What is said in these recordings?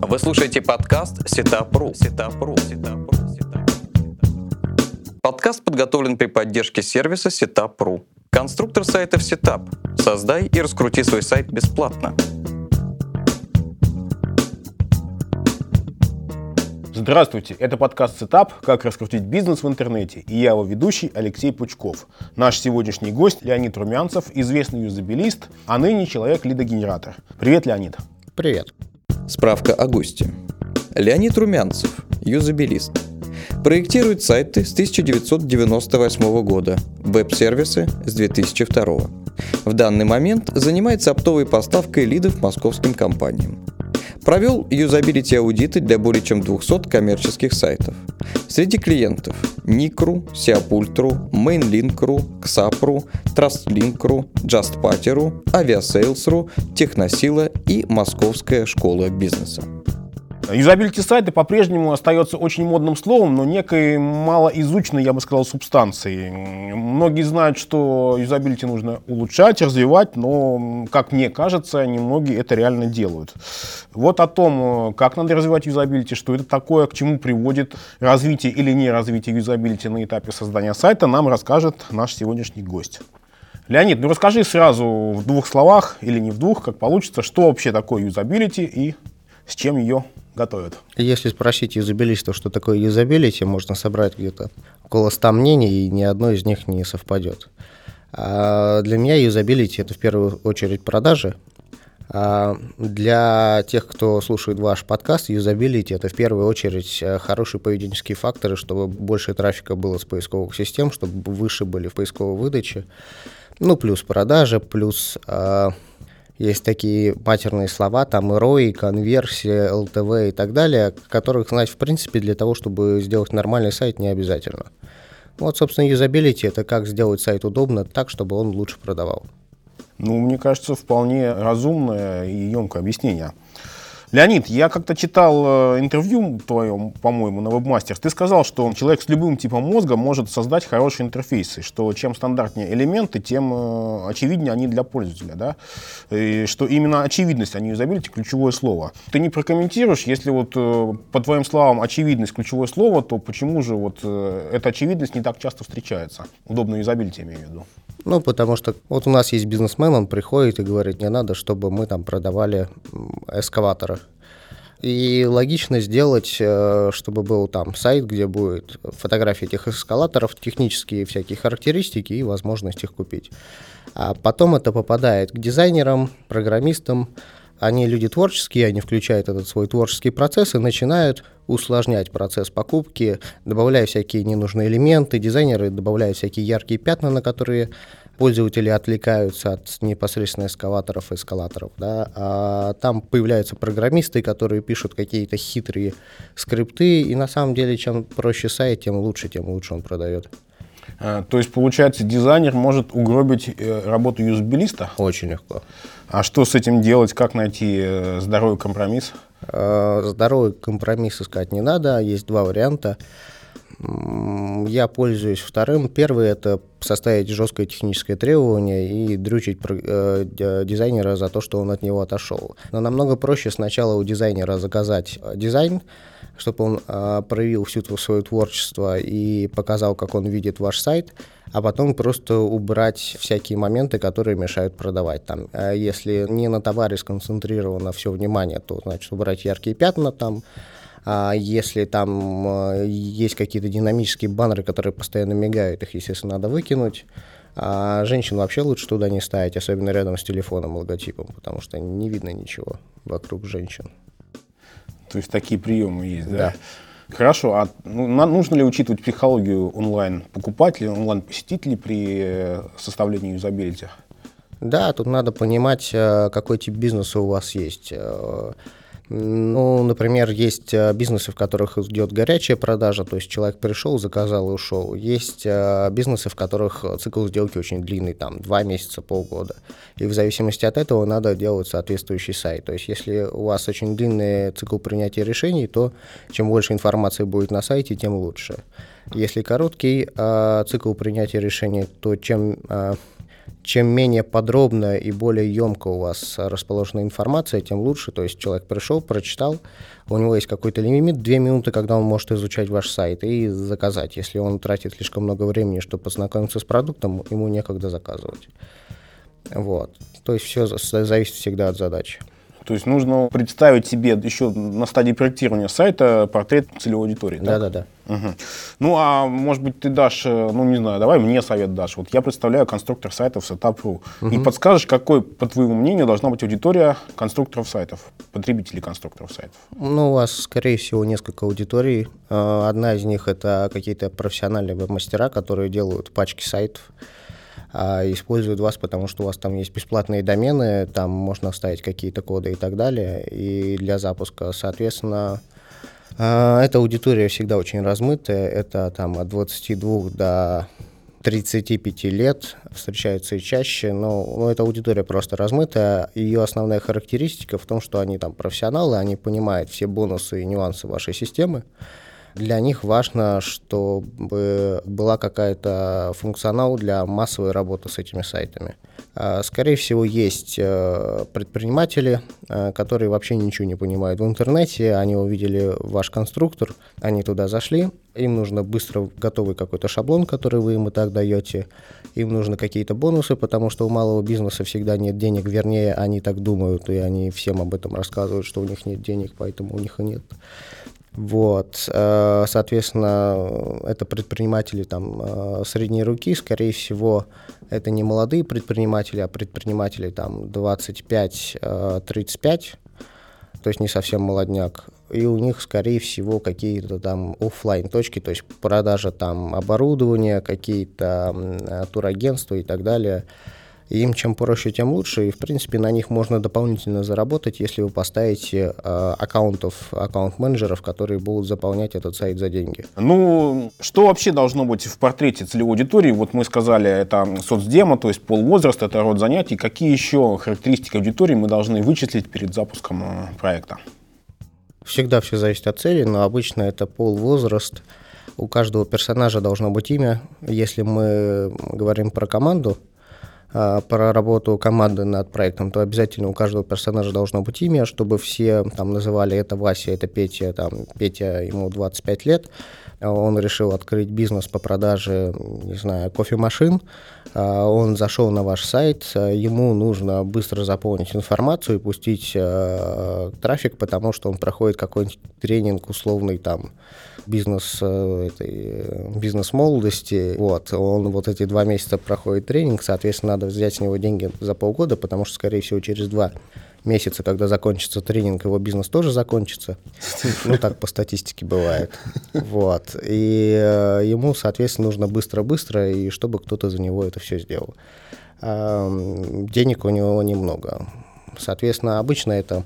Вы слушаете подкаст Setup.ru. Подкаст подготовлен при поддержке сервиса Setup.ru. Конструктор сайтов Setup. Создай и раскрути свой сайт бесплатно. Здравствуйте, это подкаст Setup «Как раскрутить бизнес в интернете» и я его ведущий Алексей Пучков. Наш сегодняшний гость Леонид Румянцев, известный юзабилист, а ныне человек-лидогенератор. Привет, Леонид. Привет. Справка о госте. Леонид Румянцев, юзабилист. Проектирует сайты с 1998 года, веб-сервисы с 2002. В данный момент занимается оптовой поставкой лидов московским компаниям. Провел юзабилити-аудиты для более чем 200 коммерческих сайтов. Среди клиентов Ник.ру, Сиапульт.ру, Mainlink.ру, Xap.ru, Trustlink.ру, JustParty.ру, Aviasales.ru, Техносила и Московская школа бизнеса. Юзабилити-сайты по-прежнему остается очень модным словом, но некой малоизученной, я бы сказал, субстанцией. Многие знают, что юзабилити нужно улучшать, развивать, но, как мне кажется, немногие это реально делают. Вот о том, как надо развивать юзабилити, что это такое, к чему приводит развитие или не развитие юзабилити на этапе создания сайта, нам расскажет наш сегодняшний гость. Леонид, расскажи сразу в двух словах или не в двух, как получится, что вообще такое юзабилити и с чем ее готовят. Если спросить юзабилистов, что такое юзабилити, можно собрать где-то около 100 мнений, и ни одно из них не совпадет. Для меня юзабилити — это в первую очередь продажи. Для тех, кто слушает ваш подкаст, юзабилити — это в первую очередь хорошие поведенческие факторы, чтобы больше трафика было с поисковых систем, чтобы выше были в поисковой выдаче. Плюс продажи, плюс... Есть такие матерные слова, там ROI, конверсия, ЛТВ и так далее, которых знать, в принципе, для того, чтобы сделать нормальный сайт, не обязательно. Собственно, юзабилити — это как сделать сайт удобно так, чтобы он лучше продавал. Мне кажется, вполне разумное и емкое объяснение. Леонид, я как-то читал интервью твое, по-моему, на Webmasters. Ты сказал, что человек с любым типом мозга может создать хорошие интерфейсы, что чем стандартнее элементы, тем очевиднее они для пользователя, да? И что именно очевидность, а не юзабилити, ключевое слово. Ты не прокомментируешь, если по твоим словам очевидность ключевое слово, то почему же эта очевидность не так часто встречается? Удобно юзабилити, имею в виду. Потому что у нас есть бизнесмен, он приходит и говорит: мне надо, чтобы мы там продавали эскаваторы. И логично сделать, чтобы был там сайт, где будет фотографии этих эскалаторов, технические всякие характеристики и возможность их купить. А потом это попадает к дизайнерам, программистам. Они люди творческие, они включают этот свой творческий процесс и начинают усложнять процесс покупки, добавляя всякие ненужные элементы. Дизайнеры добавляют всякие яркие пятна, на которые пользователи отвлекаются от непосредственно эскалаторов и эскалаторов. Да? А там появляются программисты, которые пишут какие-то хитрые скрипты. И на самом деле, чем проще сайт, тем лучше он продает. То есть, получается, дизайнер может угробить работу юзабилиста? Очень легко. А что с этим делать? Как найти здоровый компромисс? Здоровый компромисс искать не надо. Есть два варианта. Я пользуюсь вторым. Первый — это составить жесткое техническое требование и дрючить дизайнера за то, что он от него отошел. Но намного проще сначала у дизайнера заказать дизайн, чтобы он проявил всю свое творчество и показал, как он видит ваш сайт, а потом просто убрать всякие моменты, которые мешают продавать. Если не на товаре сконцентрировано все внимание, то, значит, убрать яркие пятна там. А если там есть какие-то динамические баннеры, которые постоянно мигают, их, естественно, надо выкинуть. А женщин вообще лучше туда не ставить, особенно рядом с телефоном, логотипом, потому что не видно ничего вокруг женщин. То есть такие приемы есть, да? Да. Хорошо, а нужно ли учитывать психологию онлайн-покупателей, онлайн-посетителей при составлении юзабилити? Да, тут надо понимать, какой тип бизнеса у вас есть. Например, есть бизнесы, в которых идет горячая продажа, то есть человек пришел, заказал и ушел. Есть бизнесы, в которых цикл сделки очень длинный, 2 месяца, полгода. И в зависимости от этого надо делать соответствующий сайт. То есть если у вас очень длинный цикл принятия решений, то чем больше информации будет на сайте, тем лучше. Если короткий цикл принятия решений, то чем чем менее подробно и более емко у вас расположена информация, тем лучше. То есть человек пришел, прочитал, у него есть какой-то лимит, 2 минуты, когда он может изучать ваш сайт и заказать. Если он тратит слишком много времени, чтобы познакомиться с продуктом, ему некогда заказывать. Вот. То есть все зависит всегда от задачи. То есть нужно представить себе еще на стадии проектирования сайта портрет целевой аудитории, так? Да-да-да. Угу. Ну, а может быть, ты дашь, ну, не знаю, давай мне совет дашь. Вот я представляю конструктор сайтов Setup.ru. И подскажешь, какой, по твоему мнению, должна быть аудитория конструкторов сайтов, потребителей конструкторов сайтов? Ну, у вас, скорее всего, несколько аудиторий. Одна из них — это какие-то профессиональные веб-мастера, которые делают пачки сайтов, используют вас, потому что у вас там есть бесплатные домены, там можно вставить какие-то коды и так далее, и для запуска, соответственно, эта аудитория всегда очень размытая, это там от 22 до 35 лет, встречаются и чаще, но эта аудитория просто размытая, ее основная характеристика в том, что они там профессионалы, они понимают все бонусы и нюансы вашей системы. Для них важно, чтобы была какая-то функционал для массовой работы с этими сайтами. Скорее всего, есть предприниматели, которые вообще ничего не понимают в интернете, они увидели ваш конструктор, они туда зашли, им нужно быстро готовый какой-то шаблон, который вы им и так даете, им нужны какие-то бонусы, потому что у малого бизнеса всегда нет денег, вернее, они так думают, и они всем об этом рассказывают, что у них нет денег, поэтому у них и нет. Вот, соответственно, это предприниматели там средней руки, скорее всего, это не молодые предприниматели, а предприниматели там 25-35, то есть не совсем молодняк, и у них, скорее всего, какие-то там офлайн точки, то есть продажа там оборудования, какие-то турагентства и так далее. И им чем проще, тем лучше, и, в принципе, на них можно дополнительно заработать, если вы поставите аккаунт-менеджеров, которые будут заполнять этот сайт за деньги. Ну, что вообще должно быть в портрете целевой аудитории? Вот мы сказали, это соцдемо, то есть полвозраст, это род занятий. Какие еще характеристики аудитории мы должны вычислить перед запуском проекта? Всегда все зависит от цели, но обычно это полвозраст. У каждого персонажа должно быть имя. Если мы говорим про команду, про работу команды над проектом, то обязательно у каждого персонажа должно быть имя, чтобы все там называли это Вася, это Петя, там Петя, ему 25 лет, он решил открыть бизнес по продаже, не знаю, кофемашин, он зашел на ваш сайт, ему нужно быстро заполнить информацию и пустить трафик, потому что он проходит какой-нибудь тренинг условный там, бизнес молодости, вот, он вот эти 2 месяца проходит тренинг, соответственно, надо взять с него деньги за полгода, потому что, скорее всего, через 2 месяца, когда закончится тренинг, его бизнес тоже закончится, ну, так по статистике бывает, вот, и ему, соответственно, нужно быстро-быстро, и чтобы кто-то за него это все сделал. Денег у него немного. Соответственно, обычно это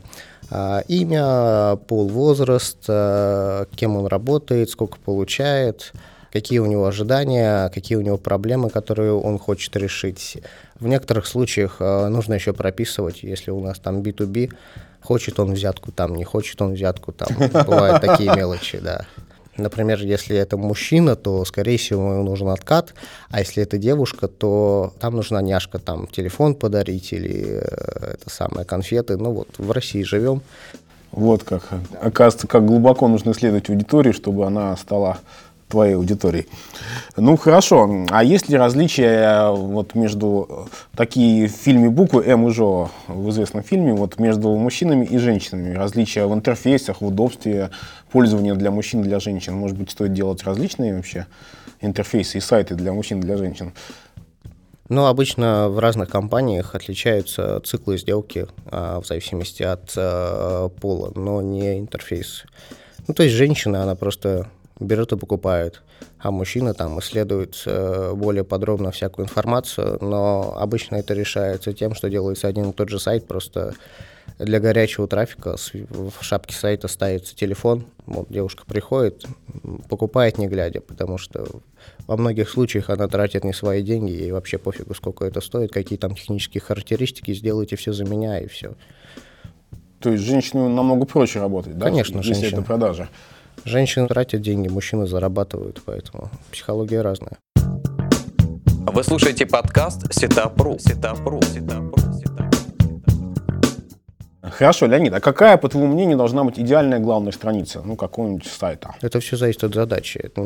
имя, пол, возраст, кем он работает, сколько получает, какие у него ожидания, какие у него проблемы, которые он хочет решить. В некоторых случаях нужно еще прописывать, если у нас там B2B, хочет он взятку там, не хочет он взятку там. Бывают такие мелочи, да. Например, если это мужчина, то, скорее всего, ему нужен откат, а если это девушка, то там нужна няшка, там телефон подарить или это самое, конфеты. Ну вот, в России живем. Вот как. Оказывается, как глубоко нужно исследовать аудиторию, чтобы она стала твоей аудиторией. Ну, хорошо. А есть ли различия вот между такие в фильме буквы М и Ж в известном фильме, вот между мужчинами и женщинами? Различия в интерфейсах, в удобстве пользования для мужчин и для женщин? Может быть, стоит делать различные вообще интерфейсы и сайты для мужчин и для женщин? Ну, обычно в разных компаниях отличаются циклы сделки в зависимости от пола, но не интерфейс. Ну, то есть женщина, она просто берет и покупает, а мужчина там исследует более подробно всякую информацию, но обычно это решается тем, что делается один и тот же сайт, просто для горячего трафика в шапке сайта ставится телефон, вот девушка приходит, покупает не глядя, потому что во многих случаях она тратит не свои деньги, ей вообще пофигу, сколько это стоит, какие там технические характеристики, сделайте все за меня и все. То есть женщине намного проще работать, да? Конечно, если женщина. это продажа. Женщины тратят деньги, мужчины зарабатывают, поэтому психология разная. Вы слушаете подкаст Сетап.ру. Хорошо, Леонид, а какая, по твоему мнению, должна быть идеальная главная страница, какого-нибудь сайта? Это все зависит от задачи. Это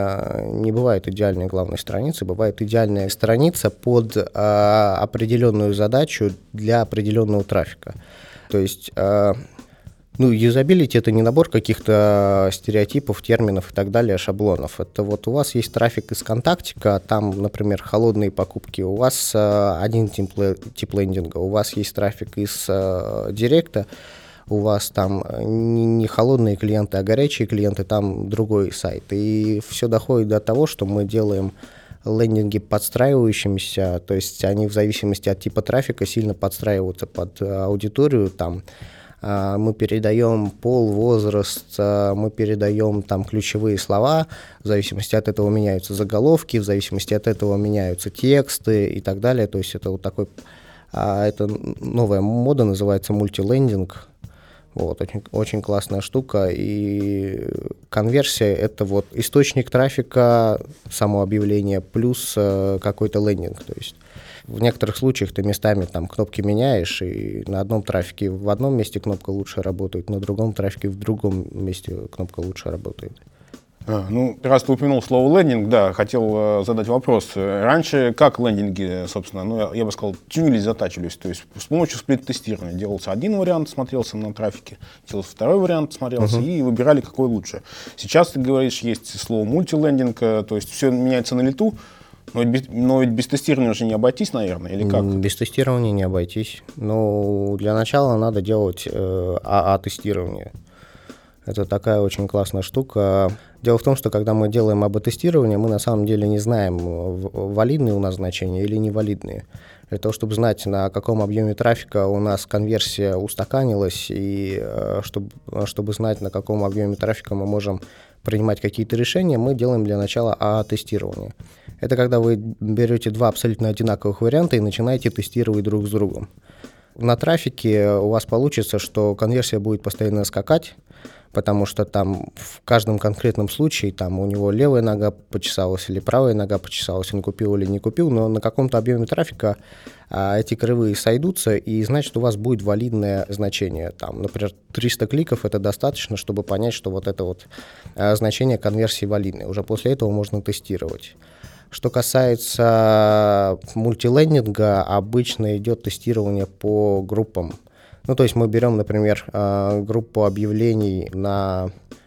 не бывает идеальной главной страницы, бывает идеальная страница под определенную задачу для определенного трафика. То есть, юзабилити — это не набор каких-то стереотипов, терминов и так далее, шаблонов. Это вот у вас есть трафик из контактика, там, например, холодные покупки, у вас один тип лендинга, у вас есть трафик из директа, у вас там не холодные клиенты, а горячие клиенты, там другой сайт. И все доходит до того, что мы делаем лендинги подстраивающимися, то есть они в зависимости от типа трафика сильно подстраиваются под аудиторию, там мы передаем пол, возраст, мы передаем там ключевые слова, в зависимости от этого меняются заголовки, в зависимости от этого меняются тексты и так далее. То есть это вот такой, это новая мода, называется мультилендинг. Вот, очень, очень классная штука, и конверсия — это вот источник трафика, само объявление, плюс какой-то лендинг, то есть в некоторых случаях ты местами там кнопки меняешь, и на одном трафике в одном месте кнопка лучше работает, на другом трафике в другом месте кнопка лучше работает. Раз ты упомянул слово лендинг, да, хотел задать вопрос. Раньше как лендинги, собственно, я бы сказал, тюнились, затачивались, то есть с помощью сплит-тестирования делался один вариант, смотрелся на трафике, делался второй вариант, смотрелся, и выбирали, какой лучше. Сейчас, ты говоришь, есть слово мультилендинг, то есть все меняется на лету, но ведь без тестирования уже не обойтись, наверное, или как? Без тестирования не обойтись. Но для начала надо делать АА-тестирование. Это такая очень классная штука. Дело в том, что когда мы делаем АБ-тестирование, мы на самом деле не знаем, валидные у нас значения или невалидные. Для того, чтобы знать, на каком объеме трафика у нас конверсия устаканилась, и чтобы знать, на каком объеме трафика мы можем принимать какие-то решения, мы делаем для начала АА-тестирование. Это когда вы берете два абсолютно одинаковых варианта и начинаете тестировать друг с другом. На трафике у вас получится, что конверсия будет постоянно скакать, потому что там в каждом конкретном случае там у него левая нога почесалась или правая нога почесалась, он купил или не купил, но на каком-то объеме трафика эти кривые сойдутся, и значит, у вас будет валидное значение. Там, например, 300 кликов — это достаточно, чтобы понять, что вот это вот значение конверсии валидное. Уже после этого можно тестировать. Что касается мультилендинга, обычно идет тестирование по группам. То есть мы берем, например, группу объявлений на,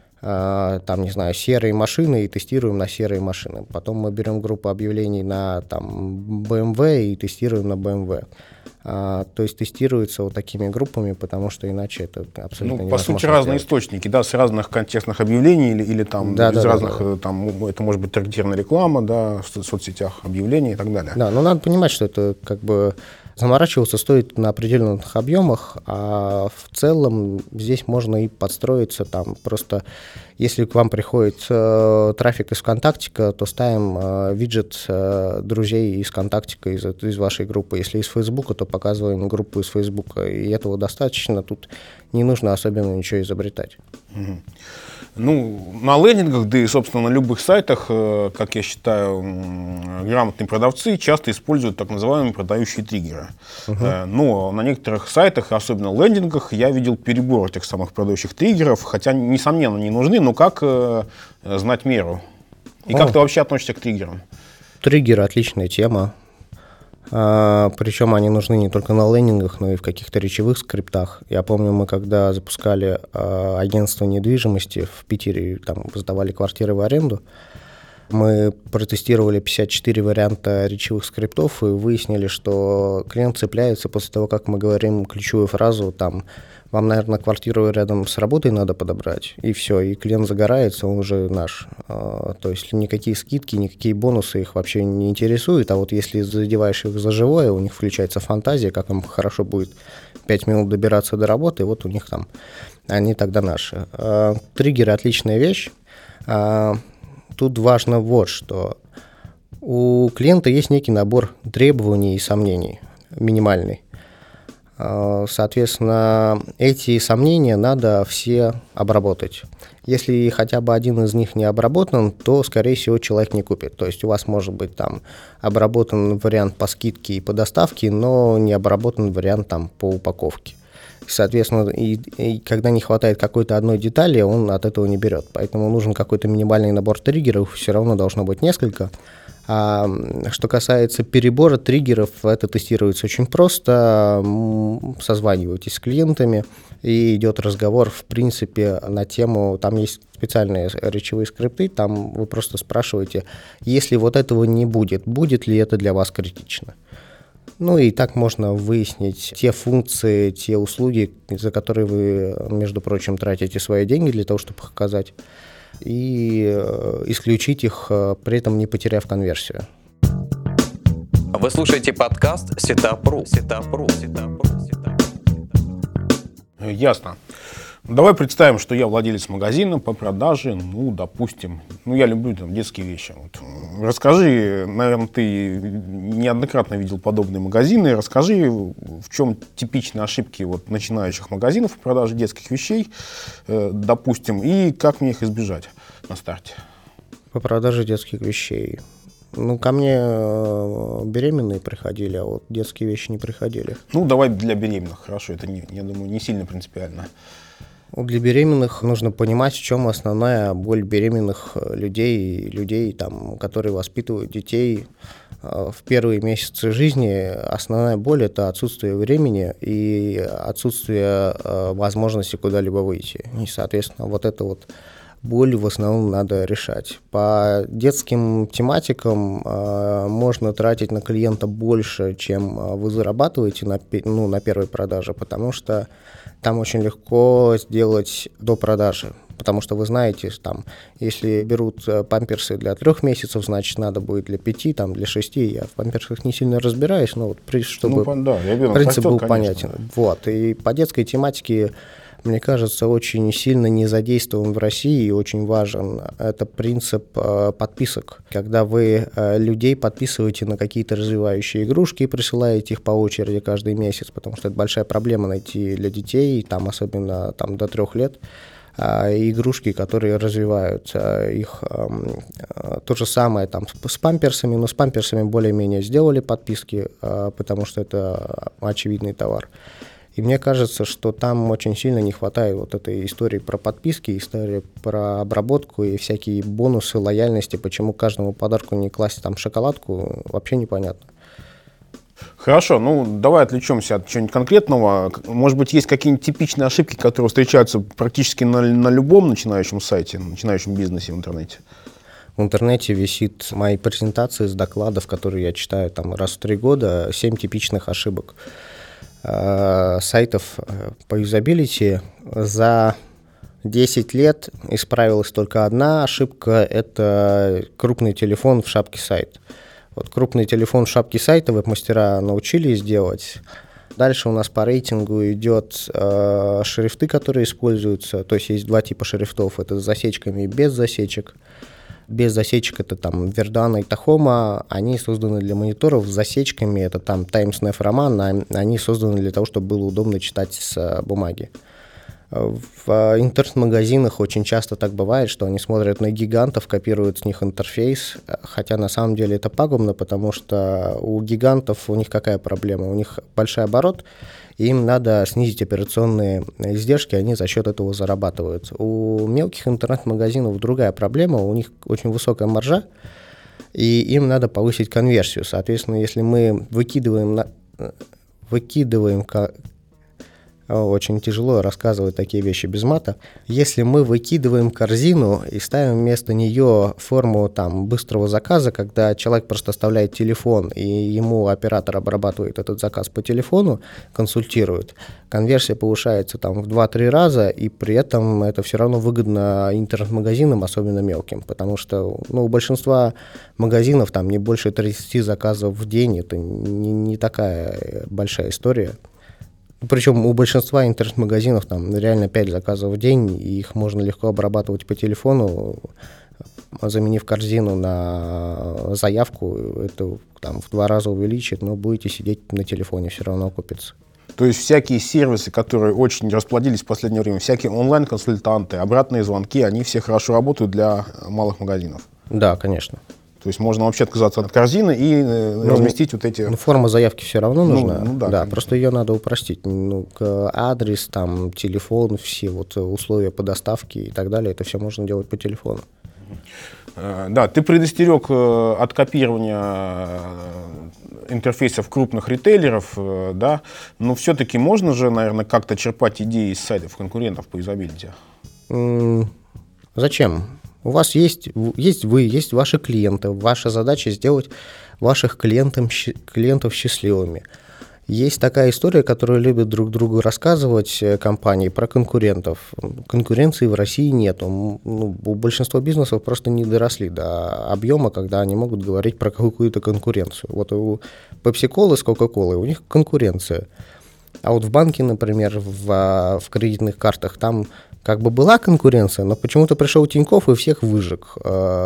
серые машины и тестируем на серые машины. Потом мы берем группу объявлений на BMW и тестируем на BMW. То есть тестируется вот такими группами, потому что иначе это абсолютно невозможно. По сути, разные источники, да, с разных контекстных объявлений или там из разных, там, это может быть таргетированная реклама, да, в соцсетях, объявления и так далее. Да, но надо понимать, что это как бы заморачиваться стоит на определенных объемах, а в целом здесь можно и подстроиться там. Просто если к вам приходит трафик из ВКонтактика, то ставим виджет друзей из ВКонтактика, из вашей группы. Если из Фейсбука, то показываем группу из Фейсбука. И этого достаточно, тут не нужно особенно ничего изобретать. На лендингах, да и, собственно, на любых сайтах, как я считаю, грамотные продавцы часто используют так называемые продающие триггеры. Но на некоторых сайтах, особенно лендингах, я видел перебор этих самых продающих триггеров, хотя, несомненно, они нужны, но как знать меру? И как ты вообще относишься к триггерам? Триггеры — отличная тема. Причем они нужны не только на лендингах, но и в каких-то речевых скриптах. Я помню, мы когда запускали агентство недвижимости в Питере, там сдавали квартиры в аренду, мы протестировали 54 варианта речевых скриптов и выяснили, что клиент цепляется после того, как мы говорим ключевую фразу, там, вам, наверное, квартиру рядом с работой надо подобрать, и все, и клиент загорается, он уже наш. То есть никакие скидки, никакие бонусы их вообще не интересуют, а вот если задеваешь их за живое, у них включается фантазия, как им хорошо будет 5 минут добираться до работы, и вот у них там, они тогда наши. Триггеры — отличная вещь. Тут важно вот что. У клиента есть некий набор требований и сомнений, минимальный. Соответственно, эти сомнения надо все обработать. Если хотя бы один из них не обработан, то, скорее всего, человек не купит. То есть у вас может быть там обработан вариант по скидке и по доставке, но не обработан вариант там по упаковке. Соответственно, и когда не хватает какой-то одной детали, он от этого не берет. Поэтому нужен какой-то минимальный набор триггеров, все равно должно быть несколько. А что касается перебора триггеров, это тестируется очень просто. Созваниваетесь с клиентами, и идет разговор, в принципе, на тему, там есть специальные речевые скрипты, там вы просто спрашиваете, если вот этого не будет, будет ли это для вас критично? Ну и так можно выяснить те функции, те услуги, за которые вы, между прочим, тратите свои деньги для того, чтобы их оказать, и исключить их, при этом не потеряв конверсию. Вы слушаете подкаст Setup.ru. Ясно. Давай представим, что я владелец магазина по продаже, допустим, я люблю там детские вещи. Вот. Расскажи, наверное, ты неоднократно видел подобные магазины, расскажи, в чем типичные ошибки вот начинающих магазинов по продаже детских вещей, допустим, и как мне их избежать на старте. По продаже детских вещей. Ко мне беременные приходили, а вот детские вещи не приходили. Давай для беременных, хорошо, это, я думаю, не сильно принципиально. Для беременных нужно понимать, в чем основная боль беременных людей, там, которые воспитывают детей в первые месяцы жизни. Основная боль – это отсутствие времени и отсутствие возможности куда-либо выйти. И, соответственно, вот это вот боль в основном надо решать. По детским тематикам можно тратить на клиента больше, чем вы зарабатываете на первой продаже, потому что там очень легко сделать до продажи. Потому что вы знаете, там, если берут памперсы для 3 месяцев, значит, надо будет для 5, для 6. Я в памперсах не сильно разбираюсь, но чтобы принцип был понятен. Вот. И по детской тематике, мне кажется, очень сильно не задействован в России и очень важен. Это принцип подписок. Когда вы людей подписываете на какие-то развивающие игрушки и присылаете их по очереди каждый месяц, потому что это большая проблема найти для детей, особенно до 3 лет, игрушки, которые развивают их. То же самое с памперсами, но с памперсами более-менее сделали подписки, потому что это очевидный товар. И мне кажется, что там очень сильно не хватает вот этой истории про подписки, истории про обработку и всякие бонусы лояльности, почему каждому подарку не класть шоколадку, вообще непонятно. Хорошо, давай отвлечемся от чего-нибудь конкретного. Может быть, есть какие-нибудь типичные ошибки, которые встречаются практически на любом начинающем сайте, начинающем бизнесе в интернете? В интернете висит мои презентации с докладов, которые я читаю раз в 3 года, 7 типичных ошибок сайтов по юзабилити. За 10 лет исправилась только одна ошибка – это крупный телефон в шапке сайта. Вот крупный телефон в шапке сайта веб-мастера научились делать. Дальше у нас по рейтингу идет шрифты, которые используются. То есть 2 типа шрифтов – это с засечками и без засечек. Без засечек это Verdana и Tahoma, они созданы для мониторов, с засечками это Times New Roman, они созданы для того, чтобы было удобно читать с бумаги. В интернет-магазинах очень часто так бывает, что они смотрят на гигантов, копируют с них интерфейс, хотя на самом деле это пагубно, потому что у гигантов у них какая проблема? У них большой оборот, и им надо снизить операционные издержки, они за счет этого зарабатывают. У мелких интернет-магазинов другая проблема, у них очень высокая маржа, и им надо повысить конверсию. Соответственно, если мы выкидываем очень тяжело рассказывать такие вещи без мата. Если мы выкидываем корзину и ставим вместо нее форму быстрого заказа, когда человек просто оставляет телефон, и ему оператор обрабатывает этот заказ по телефону, консультирует, конверсия повышается в 2-3 раза, и при этом это все равно выгодно интернет-магазинам, особенно мелким, потому что у большинства магазинов не больше 30 заказов в день, это не такая большая история. Причем у большинства интернет-магазинов реально 5 заказов в день, и их можно легко обрабатывать по телефону, заменив корзину на заявку, это в 2 раза увеличит, но будете сидеть на телефоне, все равно окупится. То есть всякие сервисы, которые очень расплодились в последнее время, всякие онлайн-консультанты, обратные звонки, они все хорошо работают для малых магазинов. Да, конечно. То есть можно вообще отказаться от корзины и разместить вот эти... Ну, форма заявки все равно нужна. Да, просто ее надо упростить. Адрес, там, телефон, все вот условия по доставке и так далее, это все можно делать по телефону. Да, ты предостерег от копирования интерфейсов крупных ритейлеров, да, но все-таки можно же, наверное, как-то черпать идеи из сайтов конкурентов по юзабилити? Зачем? У вас есть вы, есть ваши клиенты. Ваша задача сделать ваших клиентов счастливыми. Есть такая история, которую любят друг другу рассказывать компании про конкурентов. Конкуренции в России нету. У большинства бизнесов просто не доросли до объема, когда они могут говорить про какую-то конкуренцию. Вот у Pepsi-Cola с Coca-Cola у них конкуренция. А вот в банке, например, в кредитных картах, там как бы была конкуренция, но почему-то пришел Тинькофф и всех выжег.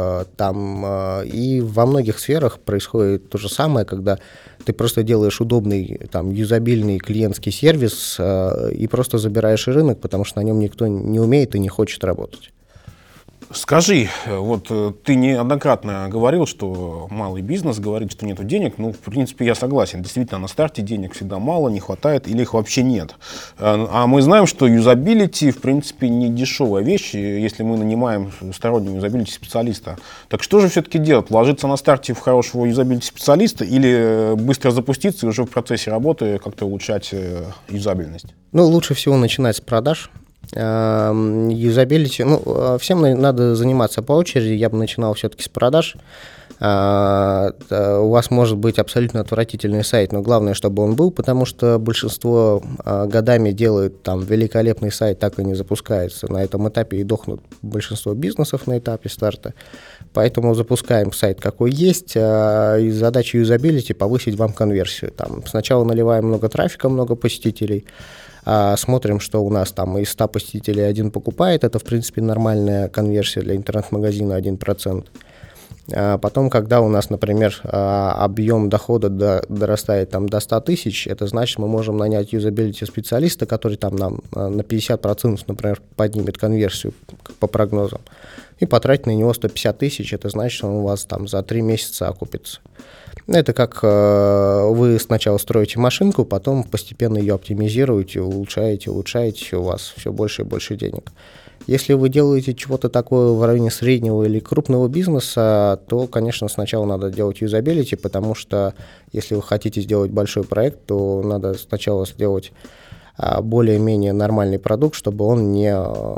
И во многих сферах происходит то же самое, когда ты просто делаешь удобный, там, юзабильный клиентский сервис и просто забираешь рынок, потому что на нем никто не умеет и не хочет работать. Скажи, вот ты неоднократно говорил, что малый бизнес говорит, что нету денег. Ну, в принципе, я согласен. Действительно, на старте денег всегда мало, не хватает или их вообще нет. А мы знаем, что юзабилити, в принципе, не дешевая вещь, если мы нанимаем стороннего юзабилити специалиста. Так что же все-таки делать? Вложиться на старте в хорошего юзабилити специалиста или быстро запуститься и уже в процессе работы как-то улучшать юзабильность? Ну, лучше всего начинать с продаж. Юзабилити, всем надо заниматься по очереди. Я бы начинал все-таки с продаж. У вас может быть абсолютно отвратительный сайт, но главное, чтобы он был, потому что большинство годами делает там великолепный сайт, так и не запускается. На этом этапе и дохнут большинство бизнесов на этапе старта. Поэтому запускаем сайт какой есть, и задача юзабилити повысить вам конверсию. Там сначала наливаем много трафика, много посетителей, смотрим, что у нас там из 100 посетителей 1 покупает. Это, в принципе, нормальная конверсия для интернет-магазина 1%. Потом, когда у нас, например, объем дохода дорастает там, до 100 тысяч, это значит, мы можем нанять юзабилити-специалиста, который там нам на 50%, например, поднимет конверсию по прогнозам, и потратить на него 150 тысяч, это значит, он у вас там за 3 месяца окупится. Это как вы сначала строите машинку, потом постепенно ее оптимизируете, улучшаете, у вас все больше и больше денег. Если вы делаете чего-то такое в районе среднего или крупного бизнеса, то, конечно, сначала надо делать юзабилити, потому что если вы хотите сделать большой проект, то надо сначала сделать более-менее нормальный продукт, чтобы он не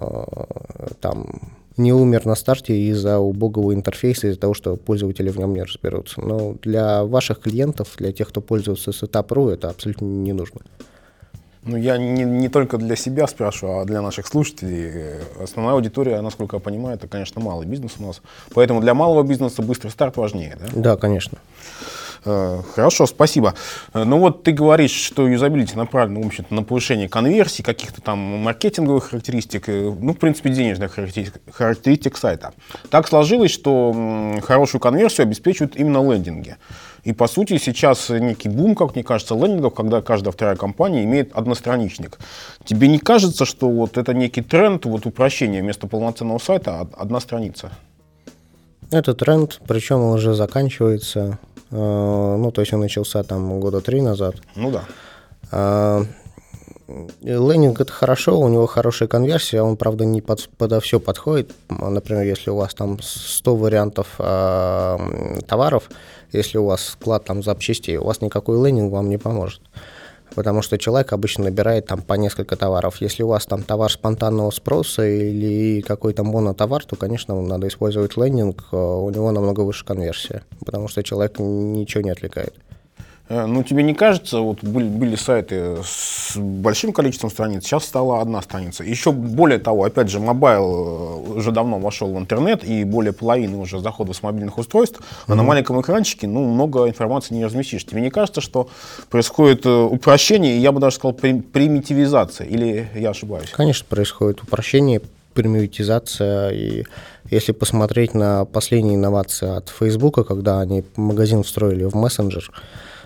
умер на старте из-за убогого интерфейса, из-за того, что пользователи в нем не разберутся. Но для ваших клиентов, для тех, кто пользуется Setup.ru, это абсолютно не нужно. Ну, я не только для себя спрашиваю, а для наших слушателей. Основная аудитория, насколько я понимаю, это, конечно, малый бизнес у нас. Поэтому для малого бизнеса быстрый старт важнее, да? Да, конечно. Хорошо, спасибо. Ну вот ты говоришь, что юзабилити направлено, в общем-то, на повышение конверсии, каких-то там маркетинговых характеристик, в принципе, денежных характеристик сайта. Так сложилось, что хорошую конверсию обеспечивают именно лендинги. И, по сути, сейчас некий бум, как мне кажется, лендингов, когда каждая вторая компания имеет одностраничник. Тебе не кажется, что вот это некий тренд, вот упрощение вместо полноценного сайта одна страница? Это тренд, причем он уже заканчивается. То есть он начался там 3 года назад. Ну да. Лендинг — это хорошо, у него хорошая конверсия, он, правда, не подо все подходит. Например, если у вас там 100 вариантов товаров, если у вас склад там запчастей, у вас никакой лендинг вам не поможет. Потому что человек обычно набирает там по несколько товаров. Если у вас там товар спонтанного спроса или какой-то монотовар, то, конечно, надо использовать лендинг, у него намного выше конверсия, потому что человек ничего не отвлекает. Ну, тебе не кажется, вот были сайты с большим количеством страниц, сейчас стала одна страница. Еще более того, опять же, мобайл уже давно вошел в интернет, и более половины уже заходов с мобильных устройств, а на маленьком экранчике, много информации не разместишь. Тебе не кажется, что происходит упрощение, и я бы даже сказал, примитивизация, или я ошибаюсь? Конечно, происходит упрощение, примитивизация, и если посмотреть на последние инновации от Фейсбука, когда они магазин встроили в мессенджер,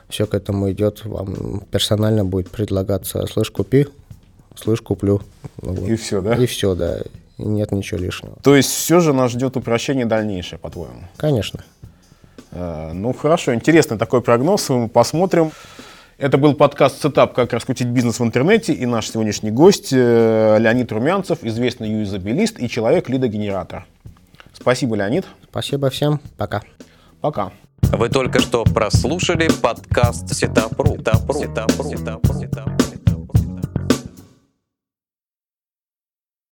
все к этому идет. Вам персонально будет предлагаться «слышь, купи», «слышь, куплю». Вот. И все, да? И все, да. И нет ничего лишнего. То есть все же нас ждет упрощение дальнейшее, по-твоему? Конечно. Ну, хорошо, интересный такой прогноз, мы посмотрим. Это был подкаст «Сетап. Как раскрутить бизнес в интернете», и наш сегодняшний гость Леонид Румянцев, известный юзабилист и человек-лидогенератор. Спасибо, Леонид. Спасибо всем. Пока. Пока. Вы только что прослушали подкаст Setup.ru.